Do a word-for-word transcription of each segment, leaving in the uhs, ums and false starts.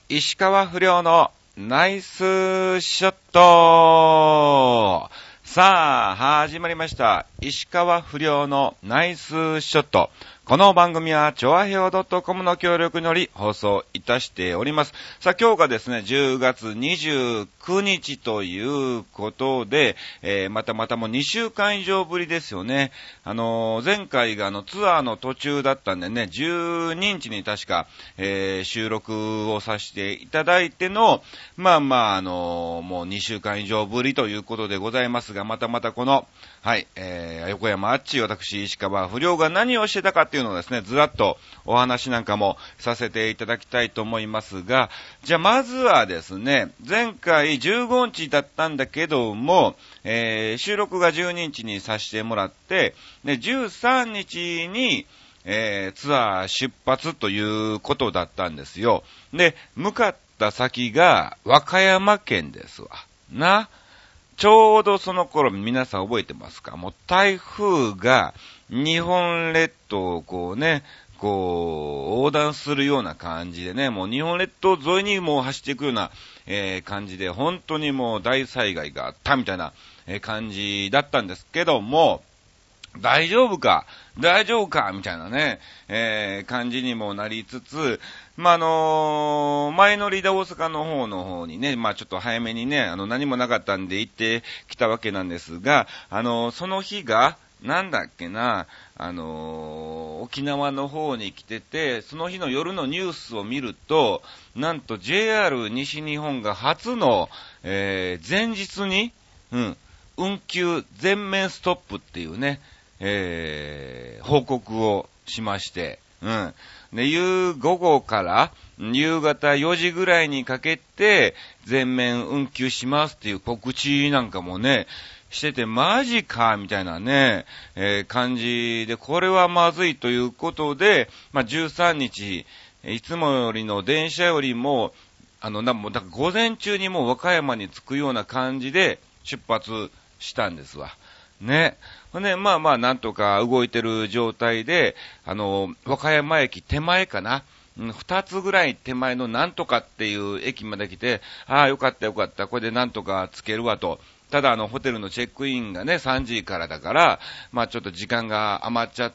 石川不良のナイスショット。さあ、始まりました。石川不良のナイスショット。この番組は、チョアヘオ .com の協力により放送いたしております。さあ、今日がですね、じゅうがつにじゅうくにちということで、えー、またまたもうにしゅうかん以上ぶりですよね。あのー、前回があのツアーの途中だったんでね、じゅうににちに確か、えー、収録をさせていただいての、まあまあ、あのー、もうにしゅうかん以上ぶりということでございますが、またまたこの、はい、えー、横山あっち、私、石川不良が何をしてたかっていうのをですね、ずらっとお話なんかもさせていただきたいと思いますが、じゃあまずはですね、前回じゅうごにちだったんだけども、えー、収録がじゅうににちにさせてもらって、で、じゅうさんにちに、えー、ツアー出発ということだったんですよ。で、向かった先が和歌山県ですわ。な。ちょうどその頃皆さん覚えてますか？もう台風が日本列島をこうね、こう横断するような感じでね、もう日本列島沿いにもう走っていくような、えー、感じで本当にもう大災害があったみたいな、えー、感じだったんですけども、大丈夫か大丈夫かみたいなね、えー、感じにもなりつつ、まあ、あのー、前乗りで大阪の方の方にね、まあ、ちょっと早めにね、あの、何もなかったんで行ってきたわけなんですが、あのー、その日が、なんだっけな、あのー、沖縄の方に来てて、その日の夜のニュースを見ると、なんと ジェイアール 西日本が初の、えー、前日に、うん、運休全面ストップっていうね、えー、報告をしまして、うん。で、夕午後から夕方よじぐらいにかけて全面運休しますっていう告知なんかもね、しててマジかみたいなね、えー、感じで、これはまずいということで、まあ、じゅうさんにち、いつもよりの電車よりも、あの、なもうだから午前中にもう和歌山に着くような感じで出発したんですわ。ね。ほんで、まあまあ、なんとか動いてる状態で、あの、和歌山駅手前かな。二つぐらい手前のなんとかっていう駅まで来て、ああ、よかったよかった。これでなんとかつけるわと。ただ、あの、ホテルのチェックインがね、さんじからだから、まあちょっと時間が余っちゃって、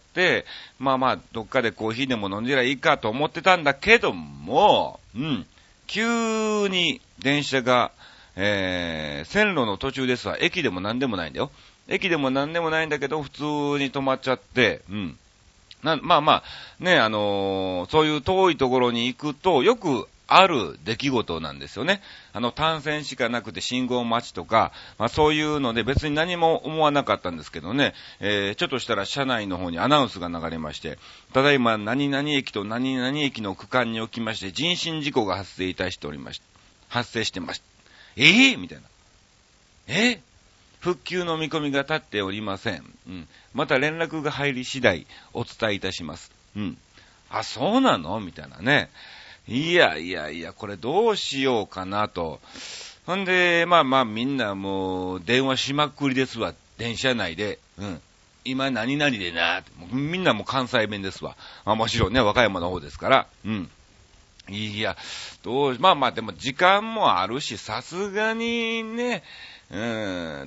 まあまあ、どっかでコーヒーでも飲んじゃいいかと思ってたんだけども、うん、急に電車が、えー、線路の途中ですわ。駅でもなんでもないんだよ。駅でもなんでもないんだけど、普通に止まっちゃって、うん。な、まあまあ、ね、あのー、そういう遠いところに行くと、よくある出来事なんですよね。あの、単線しかなくて信号待ちとか、まあそういうので別に何も思わなかったんですけどね、えー、ちょっとしたら車内の方にアナウンスが流れまして、ただいま何々駅と何々駅の区間におきまして人身事故が発生いたしておりました。発生してました。えぇ、ー、みたいな。えー復旧の見込みが立っておりません。うん。また連絡が入り次第お伝えいたします。うん。あ、そうなのみたいなね。いやいやいや、これどうしようかなと。ほんで、まあまあみんなもう電話しまくりですわ。電車内で。うん。今何々でな。みんなもう関西弁ですわ。まあもちろんね、和歌山の方ですから。うん。いや、どう、まあまあでも時間もあるし、さすがにね、うん、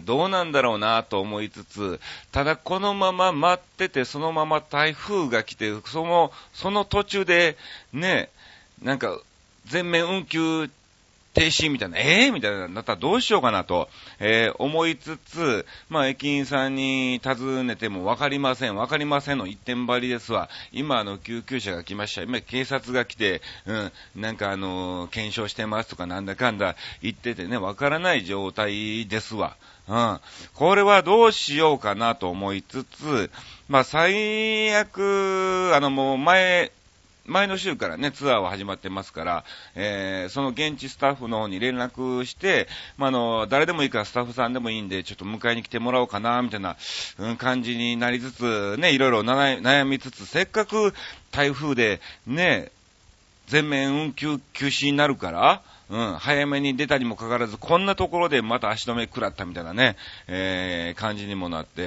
どうなんだろうなと思いつつ、ただこのまま待ってて、そのまま台風が来て、その、その途中で、ね、なんか、全面運休停止みたいな、えー、みたいな、なったらどうしようかなと、えー、思いつつ、まあ、駅員さんに尋ねてもわかりません、わかりませんの一点張りですわ。今、あの、救急車が来ました。今、警察が来て、うん、なんかあのー、検証してますとかなんだかんだ言っててね、わからない状態ですわ。うん。これはどうしようかなと思いつつ、まあ、最悪、あの、もう前、前の週からね、ツアーは始まってますから、えー、その現地スタッフの方に連絡して、まあ、あの、誰でもいいからスタッフさんでもいいんで、ちょっと迎えに来てもらおうかな、みたいな、うん、感じになりつつ、ね、いろいろ悩みつつ、せっかく台風で、ね、全面運休休止になるから、うん、早めに出たにもかかわらず、こんなところでまた足止め食らったみたいなね、えー、感じにもなって、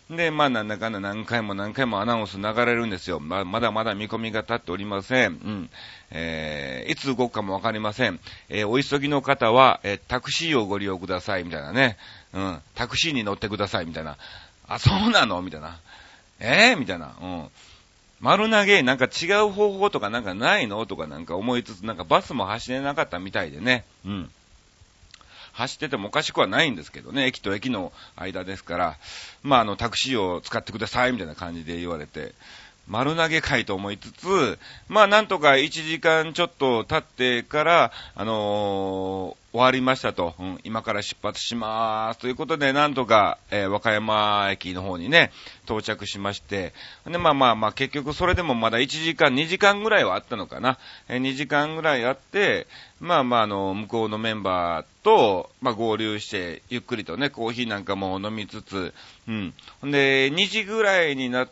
で、まあ、なんだかんだ何回も何回もアナウンス流れるんですよ。まあ、まだまだ見込みが立っておりません。うん。えー、いつ動くかもわかりません。えー、お急ぎの方は、えー、タクシーをご利用ください、みたいなね。うん。タクシーに乗ってください、みたいな。あ、そうなのみたいな。えー、みたいな。うん。丸投げ、なんか違う方法とかなんかないのとかなんか思いつつ、なんかバスも走れなかったみたいでね。うん。走っててもおかしくはないんですけどね、駅と駅の間ですから、まあ、あの、タクシーを使ってください、みたいな感じで言われて、丸投げかいと思いつつ、まあ、なんとかいちじかんちょっと経ってから、あのー、終わりましたと、うん、今から出発しまーすということで、なんとか、えー、和歌山駅の方にね、到着しまして、で、まあまあまあ、結局それでもまだいちじかん、にじかんぐらいはあったのかな。えー、にじかんぐらいあって、まあまあ、あの、向こうのメンバーと、まあ合流して、ゆっくりとね、コーヒーなんかも飲みつつ、うん。で、にじぐらいになって、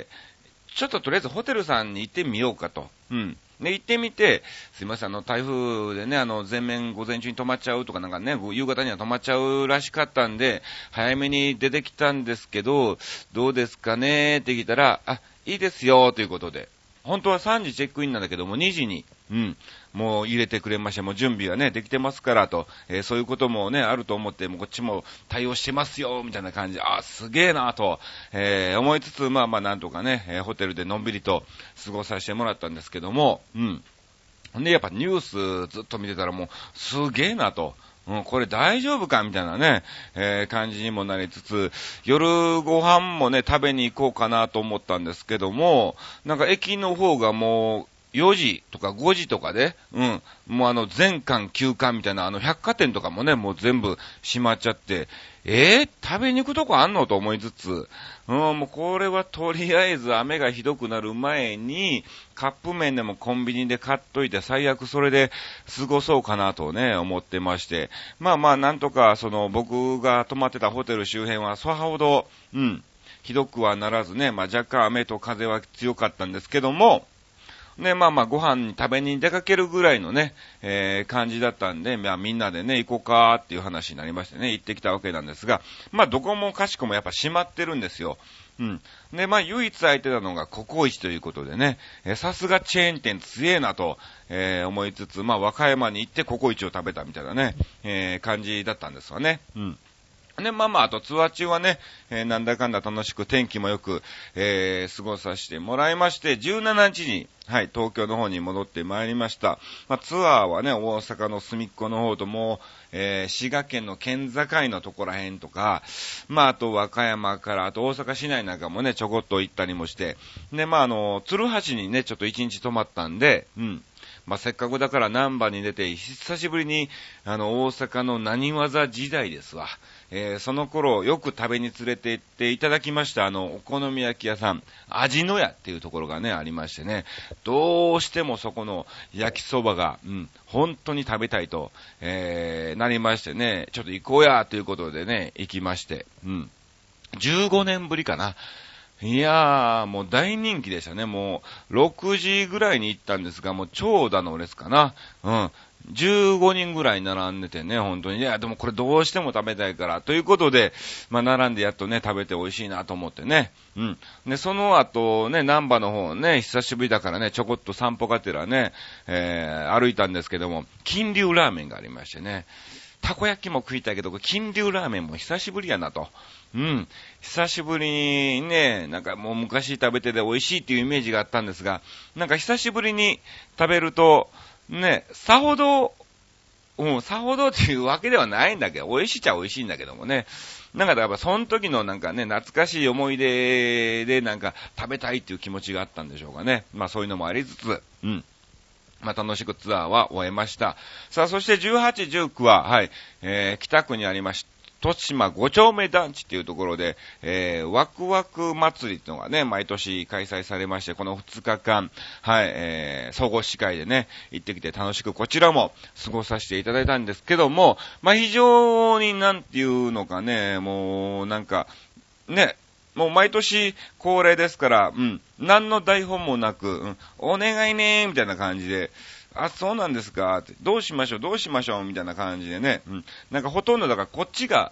ちょっととりあえずホテルさんに行ってみようかと。うん。で、行ってみて、すいません、あの、台風でね、あの、全面午前中に止まっちゃうとかなんかね、夕方には止まっちゃうらしかったんで、早めに出てきたんですけど、どうですかねって聞いたら、あ、いいですよ、ということで。本当はさんじチェックインなんだけども、にじに、うん、もう入れてくれまして、もう準備はね、できてますからと、えー、そういうこともね、あると思って、もうこっちも対応してますよ、みたいな感じで、あ、すげえなと、えー、思いつつ、まあまあなんとかね、えー、ホテルでのんびりと過ごさせてもらったんですけども、うん。で、やっぱニュースずっと見てたらもう、すげえなと。うん、これ大丈夫かみたいなね、えー、感じにもなりつつ、夜ご飯もね、食べに行こうかなと思ったんですけども、なんか駅の方がもう、よじとかごじとかで、うん、もうあの全館休館みたいな、あの百貨店とかもね、もう全部閉まっちゃって、えー、食べに行くとこあんのと思いつつ、うん、もうこれはとりあえず雨がひどくなる前に、カップ麺でもコンビニで買っといて、最悪それで過ごそうかなとね、思ってまして、まあまあなんとか、その僕が泊まってたホテル周辺は、それほど、うん、ひどくはならずね、まあ若干雨と風は強かったんですけども、ね、まあまあご飯に食べに出かけるぐらいのね、えー、感じだったんで、まあみんなでね、行こうかっていう話になりましてね、行ってきたわけなんですが、まあどこもかしこもやっぱ閉まってるんですよ。うん。で、まあ唯一空いてたのがココイチということでね、えー、さすがチェーン店強えなと、えー、思いつつ、まあ和歌山に行ってココイチを食べたみたいなね、えー、感じだったんですわね。うん。で、まあまあ、あとツアー中はね、えー、なんだかんだ楽しく天気もよく、えー、過ごさせてもらいまして、じゅうしちにちに、はい、東京の方に戻ってまいりました。まあ、ツアーはね、大阪の隅っこの方とも、えー、滋賀県の県境のとこら辺とか、まあ、あと和歌山から、あと大阪市内なんかもね、ちょこっと行ったりもして、で、まあ、あの、鶴橋にね、ちょっと一日泊まったんで、うん。まあ、せっかくだから難波に出て、久しぶりに、あの、大阪の何技時代ですわ。えー、その頃、よく食べに連れて行っていただきました、あの、お好み焼き屋さん、味の屋っていうところがね、ありましてね、どうしてもそこの焼きそばが、うん、本当に食べたいと、えー、なりましてね、ちょっと行こうや、ということでね、行きまして、うん。じゅうごねんぶりかな。いやー、もう大人気でしたね。もう、ろくじぐらいに行ったんですが、もう長蛇の列かな。うん。じゅうごにんぐらい並んでてね、本当に。いや、でもこれどうしても食べたいから。ということで、まあ、並んでやっとね、食べて美味しいなと思ってね。うん。で、その後ね、南波の方ね、久しぶりだからね、ちょこっと散歩がてらね、えー、歩いたんですけども、金龍ラーメンがありましてね。たこ焼きも食いたいけど、金龍ラーメンも久しぶりやなと。うん。久しぶりにね、なんかもう昔食べてて美味しいっていうイメージがあったんですが、なんか久しぶりに食べると、ね、さほど、うん、さほどっていうわけではないんだけど、美味しいっちゃ美味しいんだけどもね。なんかだからその時のなんかね、懐かしい思い出でなんか食べたいっていう気持ちがあったんでしょうかね。まあそういうのもありつつ、うん。まあ、楽しくツアーは終えました。さあ、そしてじゅうはち、じゅうくは、はい、えー、北区にありまし、豊島ご丁目団地っていうところで、えー、ワクワク祭りっていうのがね、毎年開催されまして、このふつかかん、はい、えー、総合司会でね、行ってきて楽しくこちらも過ごさせていただいたんですけども、まあ、非常になんていうのかね、もう、なんか、ね、もう毎年恒例ですから、うん、何の台本もなく、うん、お願いねーみたいな感じで、あ、そうなんですかって、どうしましょう、どうしましょうみたいな感じでね、うん、なんかほとんどだからこっちが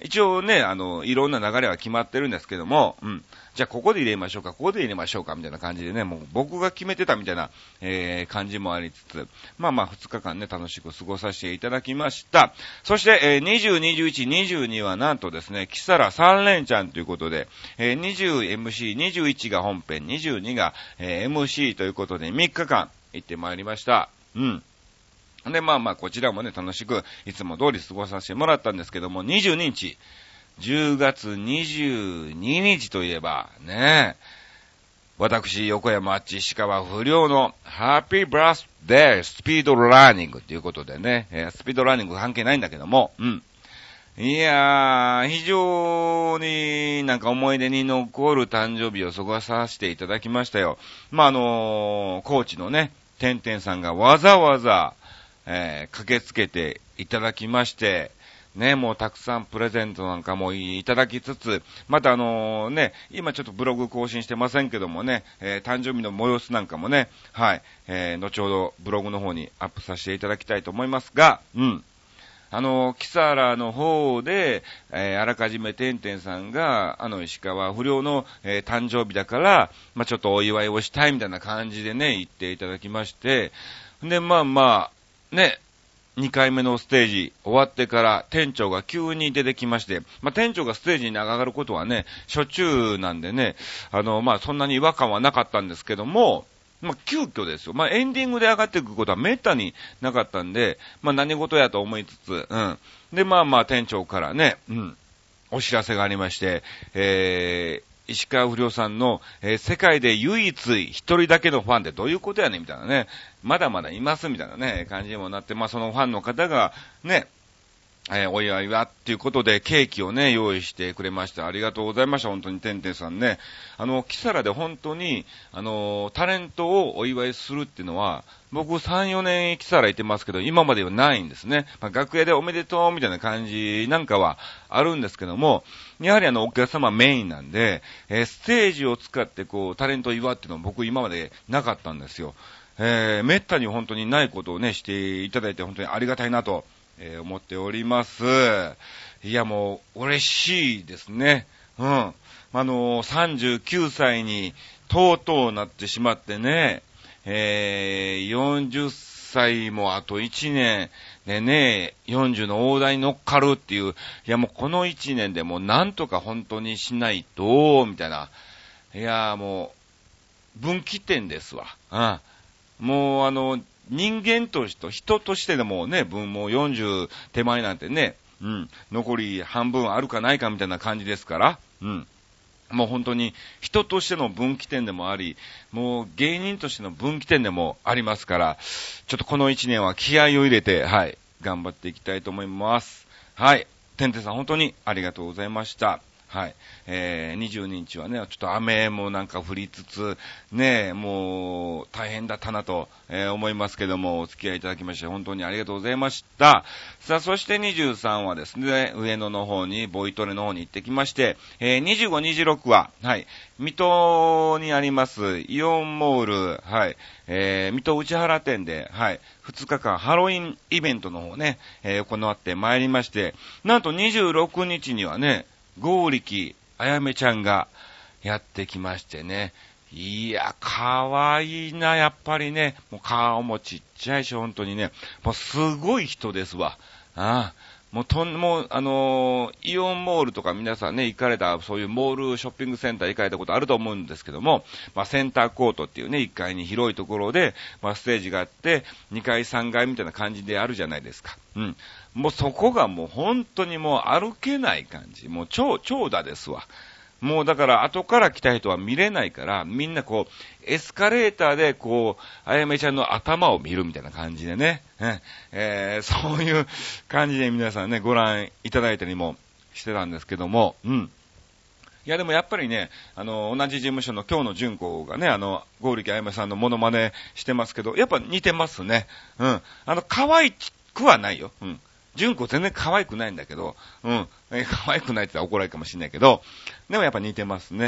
一応ね、あの、いろんな流れは決まってるんですけども、うん。じゃあここで入れましょうか、ここで入れましょうか、みたいな感じでね、もう僕が決めてたみたいな、えー、感じもありつつ、まあまあふつかかんね、楽しく過ごさせていただきました。そして、えー、にじゅう、にじゅういち、にじゅうにはなんとですね、キサラさん連チャンということで、えー、にじゅうエムシー、にじゅういちが本編、にじゅうにが、えー、エムシー ということでみっかかん行ってまいりました。うん。で、まあまあ、こちらもね、楽しく、いつも通り過ごさせてもらったんですけども、にじゅうににち、じゅうがつにじゅうににちといえば、ね、私、横山あっち石川不良のハッピーバースデースピードラーニングということでね、えー、スピードラーニング関係ないんだけども、うん。いやー、非常になんか思い出に残る誕生日を過ごさせていただきましたよ。まあ、あのー、コーチのね、てんてんさんがわざわざ、えー、駆けつけていただきまして、ね、もうたくさんプレゼントなんかもいただきつつ、またあのね、今ちょっとブログ更新してませんけどもね、えー、誕生日の催しなんかもね、はい、えー、後ほどブログの方にアップさせていただきたいと思いますが、うん。あの、キサラの方で、えー、あらかじめてんてんさんが、あの、石川不良の、えー、誕生日だから、まあ、ちょっとお祝いをしたいみたいな感じでね、言っていただきまして、で、まあまあ、ね、にかいめのステージ終わってから店長が急に出てきまして、まあ、店長がステージに上がることはね、しょっちゅうなんでね、あの、まあ、そんなに違和感はなかったんですけども、まあ、急遽ですよ。まあ、エンディングで上がっていくことはめったになかったんで、まあ、何事やと思いつつ、うん。で、まあまあ、店長からね、うん、お知らせがありまして、えー、石川不良さんの、えー、世界で唯一一人だけのファンってどういうことやねんみたいなね、まだまだいますみたいなね、感じにもなって、まあそのファンの方がね、えー、お祝いはっていうことでケーキをね、用意してくれました。ありがとうございました。本当にてんてんさんね。あの、キサラで本当に、あの、タレントをお祝いするっていうのは、僕さん、よねんキサラいてますけど、今まではないんですね。まあ、楽屋でおめでとうみたいな感じなんかはあるんですけども、やはりあの、お客様メインなんで、えー、ステージを使ってこう、タレントを祝うっていうのは僕今までなかったんですよ。えー、めったに本当にないことをね、していただいて本当にありがたいなと。えー、思っております。いや、もう、嬉しいですね。うん。あのー、さんじゅうきゅうさいに、とうとうなってしまってね、えー、よんじゅっさいもあといちねんでね、よんじゅうの大台に乗っかるっていう、いや、もうこのいちねんでもうなんとか本当にしないと、みたいな。いや、もう、分岐点ですわ。うん。もう、あの、人間として、人としてでもね、分もうよんじゅう手前なんてね、うん、残り半分あるかないかみたいな感じですから、うん。もう本当に人としての分岐点でもあり、もう芸人としての分岐点でもありますから、ちょっとこの一年は気合を入れて、はい、頑張っていきたいと思います。はい。てんてんさん本当にありがとうございました。はい。えー、にじゅうににちはね、ちょっと雨もなんか降りつつ、ね、もう大変だったなと、えー、思いますけども、お付き合いいただきまして本当にありがとうございました。さあ、そしてにじゅうさんはですね、上野の方に、ボイトレの方に行ってきまして、えー、にじゅうご、にじゅうろくは、はい、水戸にあります、イオンモール、はい、えー、水戸内原店で、はい、ふつかかんハロウィンイベントの方ね、えー、行ってまいりまして、なんとにじゅうろくにちにはね、ゴーリキあやめちゃんがやってきましてね。いや、かわいいな、やっぱりね。もう顔もちっちゃいし、本当にね。もうすごい人ですわ。ああ。もうとん、もう、あのー、イオンモールとか皆さんね、行かれた、そういうモールショッピングセンター行かれたことあると思うんですけども、まあ、センターコートっていうね、いっかいに広いところで、まあ、ステージがあって、にかいさんがいみたいな感じであるじゃないですか。うん。もうそこがもう本当にもう歩けない感じ。もう超、長蛇ですわ。もうだから後から来た人は見れないから、みんなこう、エスカレーターでこう、あやめちゃんの頭を見るみたいな感じでね、えー、そういう感じで皆さんね、ご覧いただいたりもしてたんですけども、うん。いやでもやっぱりね、あの、同じ事務所の今日の純子がね、あの、ゴーリキあやめさんのモノマネしてますけど、やっぱ似てますね。うん。あの、可愛くはないよ。うん。純子全然可愛くないんだけど、うん。可愛くないって言ったら怒られるかもしれないけど、でもやっぱ似てますね。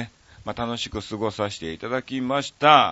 まあ、楽しく過ごさせていただきました。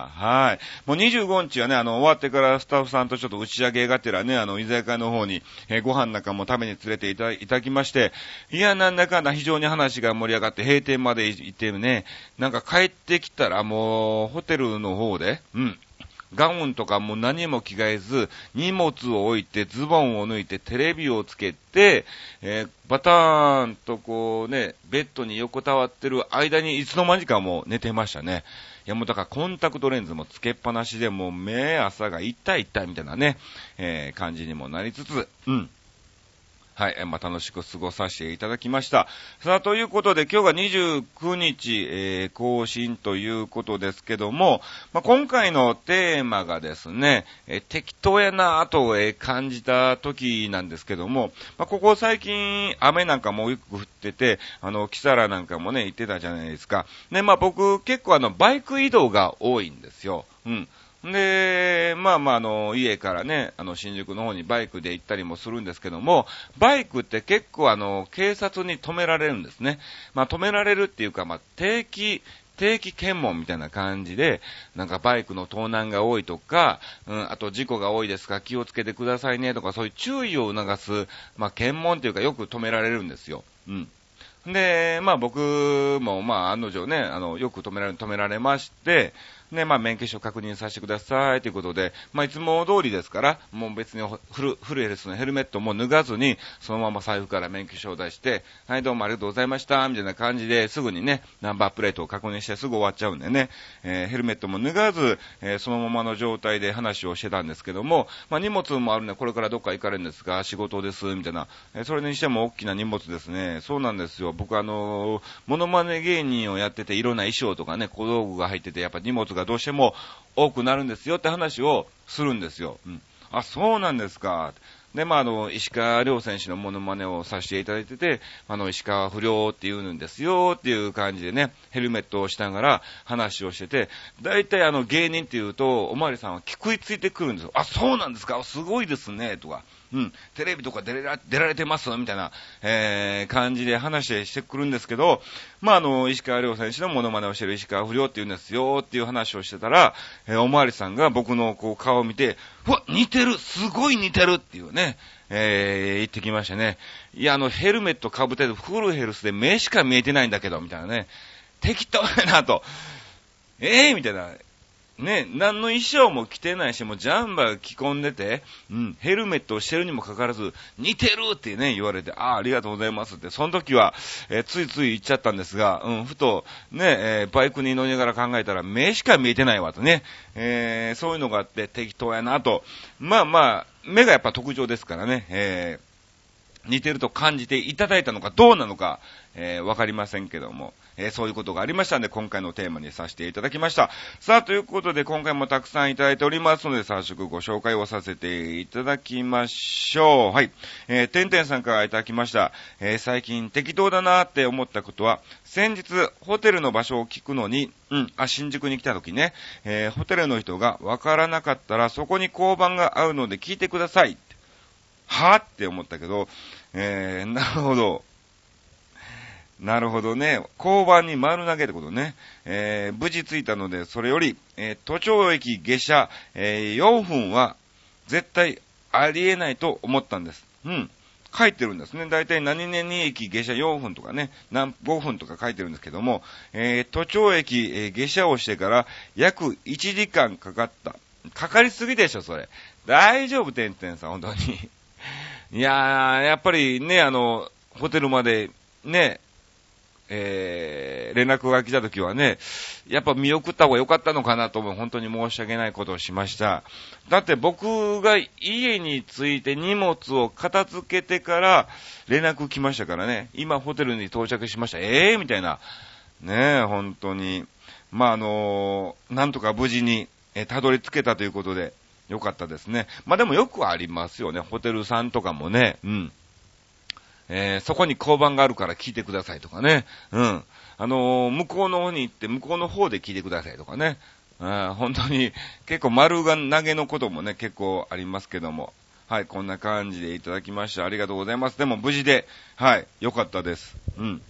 はい。もうにじゅうごにちはね、あの、終わってからスタッフさんとちょっと打ち上げがてらね、あの、居酒屋の方に、えー、ご飯なんかも食べに連れていただいただきまして、いや、なんだかんだ非常に話が盛り上がって閉店まで行ってね、なんか帰ってきたらもう、ホテルの方で、うん。ガウンとかも何も着替えず、荷物を置いて、ズボンを脱いで、テレビをつけて、えー、バターンとこうね、ベッドに横たわってる間にいつの間にかもう寝てましたね。いやもうだからコンタクトレンズもつけっぱなしで、もう目朝が痛い痛いみたいなね、えー、感じにもなりつつ、うん。はい、まあ、楽しく過ごさせていただきました。さあ、ということで、今日がにじゅうくにち、えー、更新ということですけども、まあ、今回のテーマがですね、えー、適当やなぁと、えー、感じた時なんですけども、まあ、ここ最近、雨なんかもよく降ってて、あの、キサラなんかもね、行ってたじゃないですか。で、まあ、僕、結構あの、バイク移動が多いんですよ。うん。で、まあまあ、あの、家からね、あの、新宿の方にバイクで行ったりもするんですけども、バイクって結構あの、警察に止められるんですね。まあ、止められるっていうか、まあ、定期、定期検問みたいな感じで、なんかバイクの盗難が多いとか、うん、あと事故が多いですから気をつけてくださいねとか、そういう注意を促す、まあ、検問っていうかよく止められるんですよ。うん。で、まあ僕も、まあ案の定ね、あの、よく止められ、止められまして、で、まあ免許証確認させてくださいということで、まあいつも通りですから、もう別にフル、フルヘルスのヘルメットも脱がずに、そのまま財布から免許証を出して、はいどうもありがとうございました、みたいな感じで、すぐにね、ナンバープレートを確認してすぐ終わっちゃうんでね、えー、ヘルメットも脱がず、えー、そのままの状態で話をしてたんですけども、まあ荷物もあるんで、これからどっか行かれるんですが、仕事です、みたいな、えー、それにしても大きな荷物ですね。そうなんですよ。僕あのー、モノマネ芸人をやってて、いろんな衣装とかね、小道具が入ってて、やっぱ荷物がどうしても多くなるんですよって話をするんですよ。うん。あ、そうなんですか。で、まあ、あの、石川遼選手のモノマネをさせていただいてて、あの、石川不良って言うんですよっていう感じでね、ヘルメットをしながら話をしてて、大体あの、芸人って言うと、おまわりさんは食いついてくるんですよ。あ、そうなんですか。すごいですね。とか。うん、テレビとか出ら出られてますみたいな、えー、感じで話してくるんですけど、まあ、あの、石川遼選手のモノマネをしてる石川不良って言うんですよっていう話をしてたら、えー、おまわりさんが僕のこう顔を見て、うわ、似てるすごい似てるっていうね、えー、言ってきましたね。いや、あの、ヘルメット被ってるフルヘルスで目しか見えてないんだけど、みたいなね。適当やなと。えーみたいな。ね、何の衣装も着てないし、もうジャンバー着込んでて、うん、ヘルメットをしてるにもかかわらず、似てるってね、言われて、ああ、ありがとうございますって、その時は、えー、ついつい言っちゃったんですが、うん、ふと、ね、えー、バイクに乗りながら考えたら、目しか見えてないわとね、えー、そういうのがあって適当やなと。まあまあ、目がやっぱ特徴ですからね、えー、似てると感じていただいたのかどうなのか、えー、わかりませんけども、えー、そういうことがありましたので、今回のテーマにさせていただきました。さあ、ということで、今回もたくさんいただいておりますので、早速ご紹介をさせていただきましょう。はい。えー、てんてんさんからいただきました。えー、最近適当だなーって思ったことは、先日、ホテルの場所を聞くのに、うん、あ、新宿に来た時ね、えー、ホテルの人がわからなかったら、そこに交番があるので聞いてください。はぁって思ったけど、えー、なるほど。なるほどね。交番に丸投げってことね。えー、無事着いたので、それより、えー、都庁駅下車、えー、よんぷんは絶対ありえないと思ったんです。うん。書いてるんですね。だいたい何々駅下車よんぷんとかね、何、ごふんとか書いてるんですけども、えー、都庁駅、えー、下車をしてから約いちじかんかかった。かかりすぎでしょ、それ。大丈夫、てんてんさん、本当に。いやー、やっぱりね、あの、ホテルまで、ね、えー、連絡が来た時はね、やっぱ見送った方が良かったのかなと思う。本当に申し訳ないことをしました。だって僕が家に着いて荷物を片付けてから連絡来ましたからね。今ホテルに到着しました。ええー、みたいな。ねえ、本当に。まあ、あのー、なんとか無事に、えー、たどり着けたということで、良かったですね。まあでもよくありますよね。ホテルさんとかもね。うん。えー、そこに交番があるから聞いてくださいとかね。うん。あのー、向こうの方に行って、向こうの方で聞いてくださいとかね。うん、本当に、結構丸が投げのこともね、結構ありますけども。はい、こんな感じでいただきました。ありがとうございます。でも無事で、はい、良かったです。うん。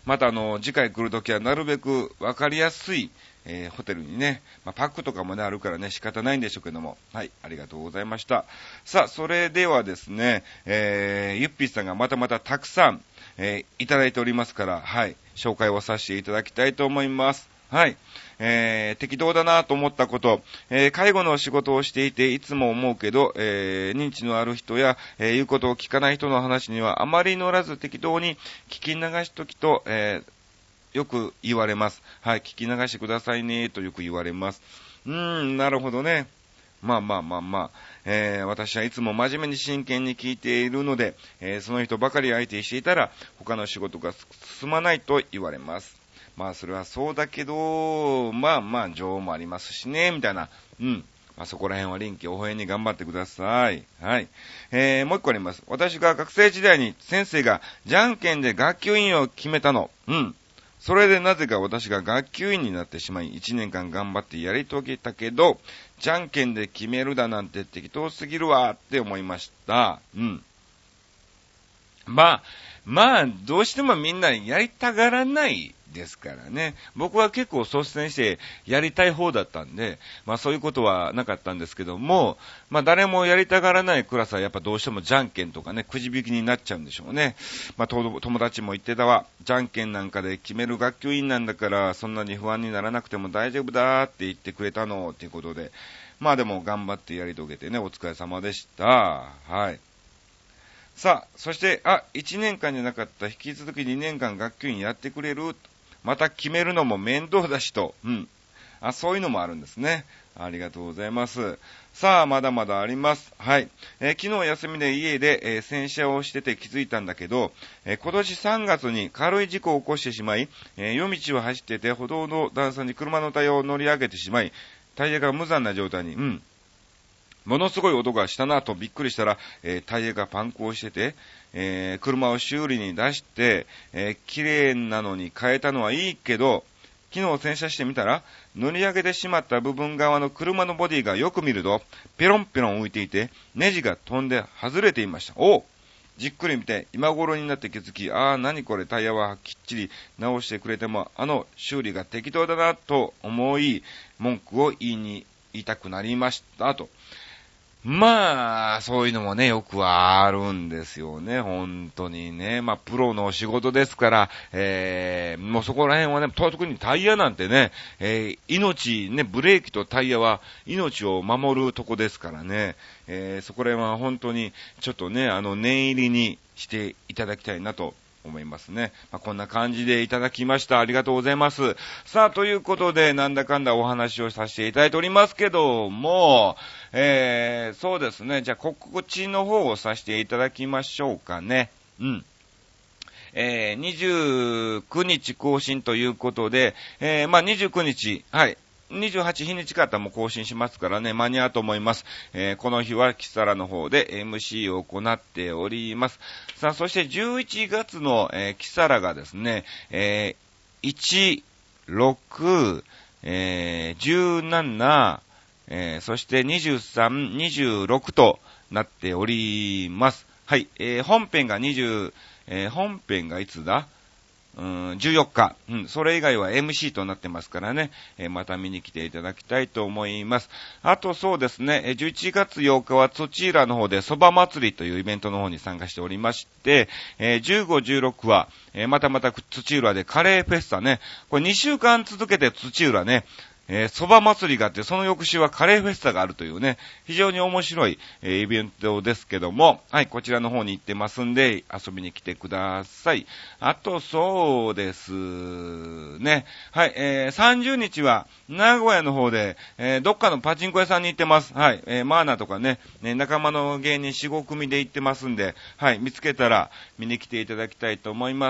またあの、次回来るときはなるべくわかりやすい、えー、ホテルにね、まあ、パックとかもね、あるからね、仕方ないんでしょうけども。はい、ありがとうございました。さあ、それではですね、えー、ゆっぴーさんがまたまたたくさん、えー、いただいておりますから、はい、紹介をさせていただきたいと思います。はい。えー、適当だなと思ったこと、えー、介護の仕事をしていていつも思うけど、えー、認知のある人や、えー、言うことを聞かない人の話にはあまり乗らず適当に聞き流しときと、えー、よく言われます。はい、聞き流してくださいね、とよく言われます。うーん、なるほどね。まあまあまあまあ、えー、私はいつも真面目に真剣に聞いているので、えー、その人ばかり相手にしていたら、他の仕事が進まないと言われます。まあそれはそうだけど、まあまあ情もありますしね、みたいな。うん。まあそこら辺は臨機応変に頑張ってください。はい。えー、もう一個あります。私が学生時代に先生がじゃんけんで学級委員を決めたの。うん。それでなぜか私が学級委員になってしまい、いちねんかん頑張ってやり遂げたけど、じゃんけんで決めるだなんて適当すぎるわって思いました。うん。まあ、まあ、どうしてもみんなやりたがらないですからね。僕は結構率先してやりたい方だったんで、まあそういうことはなかったんですけども、まあ誰もやりたがらないクラスはやっぱどうしてもじゃんけんとかね、くじ引きになっちゃうんでしょうね。まあ友達も言ってたわ、じゃんけんなんかで決める学級委員なんだから、そんなに不安にならなくても大丈夫だって言ってくれたの、っていうことで。まあでも頑張ってやり遂げてね、お疲れ様でした。はい。さあ、そして、あ、いちねんかんじゃなかった、引き続きにねんかん学級委員やってくれる？また決めるのも面倒だしと、うん。あ、そういうのもあるんですね。ありがとうございます。さあ、まだまだあります。はい。えー、昨日休みで家で、えー、洗車をしてて気づいたんだけど、えー、今年さんがつに軽い事故を起こしてしまい、えー、夜道を走ってて歩道の段差に車のタイヤを乗り上げてしまい、タイヤが無残な状態に、うん。ものすごい音がしたなとびっくりしたら、えー、タイヤがパンクをしてて、えー、車を修理に出して、えー、綺麗なのに変えたのはいいけど、昨日洗車してみたら、乗り上げてしまった部分側の車のボディがよく見ると、ペロンペロン浮いていて、ネジが飛んで外れていました。おう！じっくり見て、今頃になって気づき、ああ、何これ、タイヤはきっちり直してくれても、あの修理が適当だなと思い、文句を言いに、言いたくなりました、と。まあ、そういうのもね、よくあるんですよね、本当にね。まあ、プロの仕事ですから、えー、もうそこら辺はね、特にタイヤなんてね、えー、命、ね、ブレーキとタイヤは命を守るとこですからね、えー、そこら辺は本当に、ちょっとね、あの、念入りにしていただきたいなと思いますね。まあ、こんな感じでいただきました。ありがとうございます。さあ、ということで、なんだかんだお話をさせていただいておりますけども、えー、そうですね。じゃあ、告知の方をさせていただきましょうかね。うん。えー、にじゅうくにち更新ということで、えー、まあ、にじゅうくにち、はい。にじゅうはち日にちかったらもう更新しますからね、間に合うと思います。えー、この日はキサラの方で エムシー を行っております。さあ、そしてじゅういちがつの、えー、キサラがですね、えー、いち、ろく、えー、じゅうなな、えー、そしてにじゅうさん、にじゅうろくとなっております。はい、えー、本編が20、えー、本編がいつだうーん、じゅうよっか。うん、それ以外は エムシー となってますからね、えー、また見に来ていただきたいと思います。あとそうですね、じゅういちがつようかは土浦の方で蕎麦祭りというイベントの方に参加しておりまして、えー、じゅうご、じゅうろくは、えー、またまた土浦でカレーフェスタね。これにしゅうかん続けて土浦ね、えー、蕎麦祭りがあって、その翌週はカレーフェスタがあるというね、非常に面白い、えー、イベントですけども、はい、こちらの方に行ってますんで、遊びに来てください。あと、そうですね。はい、えー、さんじゅうにちは、名古屋の方で、えー、どっかのパチンコ屋さんに行ってます。はい、えー、マーナとかね、ね、仲間の芸人よん、ごくみで行ってますんで、はい、見つけたら見に来ていただきたいと思います。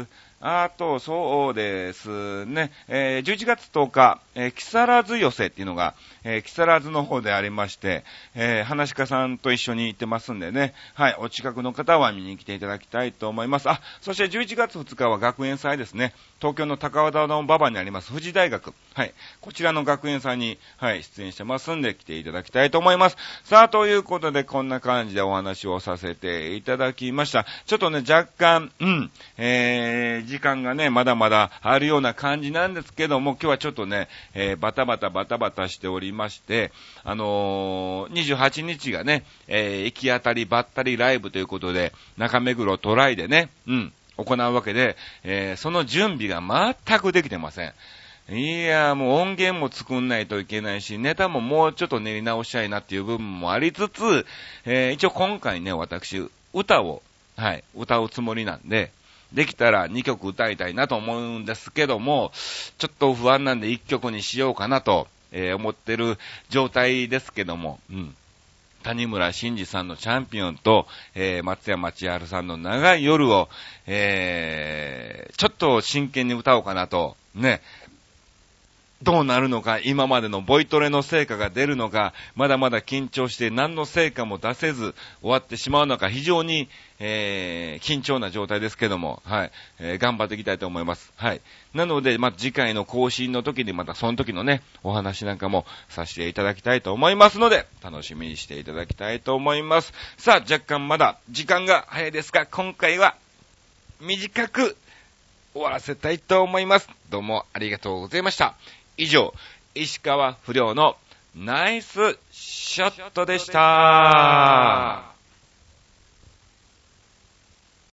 あと、そうですね、えー、じゅういちがつとおか、えー、木更津寄せっていうのが、えー、木更津の方でありまして、えー、話し家さんと一緒に行ってますんでね、はい、お近くの方は見に来ていただきたいと思います。あ、そしてじゅういちがつふつかは学園祭ですね。東京の高和田の馬場にあります富士大学。はい、こちらの学園祭に、はい、出演してますんで来ていただきたいと思います。さあ、ということでこんな感じでお話をさせていただきました。ちょっとね、若干、うん、えー、 時間がね、まだまだあるような感じなんですけども、今日はちょっとね、えー、バタバタバタバタしておりまして、あのー、にじゅうはちにちがね、えー、行き当たりばったりライブということで、中目黒トライでね、うん、行うわけで、えー、その準備が全くできてません。いや、もう音源も作んないといけないし、ネタももうちょっと練り直したいなっていう部分もありつつ、えー、一応今回ね、私、歌を、はい、歌うつもりなんで、できたらにきょく歌いたいなと思うんですけども、ちょっと不安なんでいっきょくにしようかなと、えー、思ってる状態ですけども、うん。谷村新司さんのチャンピオンと、えー、松山千春さんの長い夜を、えー、ちょっと真剣に歌おうかなと、ね、どうなるのか、今までのボイトレの成果が出るのか、まだまだ緊張して何の成果も出せず終わってしまうのか、非常に、えー、緊張な状態ですけども、はい、えー、頑張っていきたいと思います。はい。なので、まあ、次回の更新の時にまたその時のね、お話なんかもさせていただきたいと思いますので、楽しみにしていただきたいと思います。さあ、若干まだ時間が早いですが、今回は短く終わらせたいと思います。どうもありがとうございました。以上、石川不良のナイスショットでした。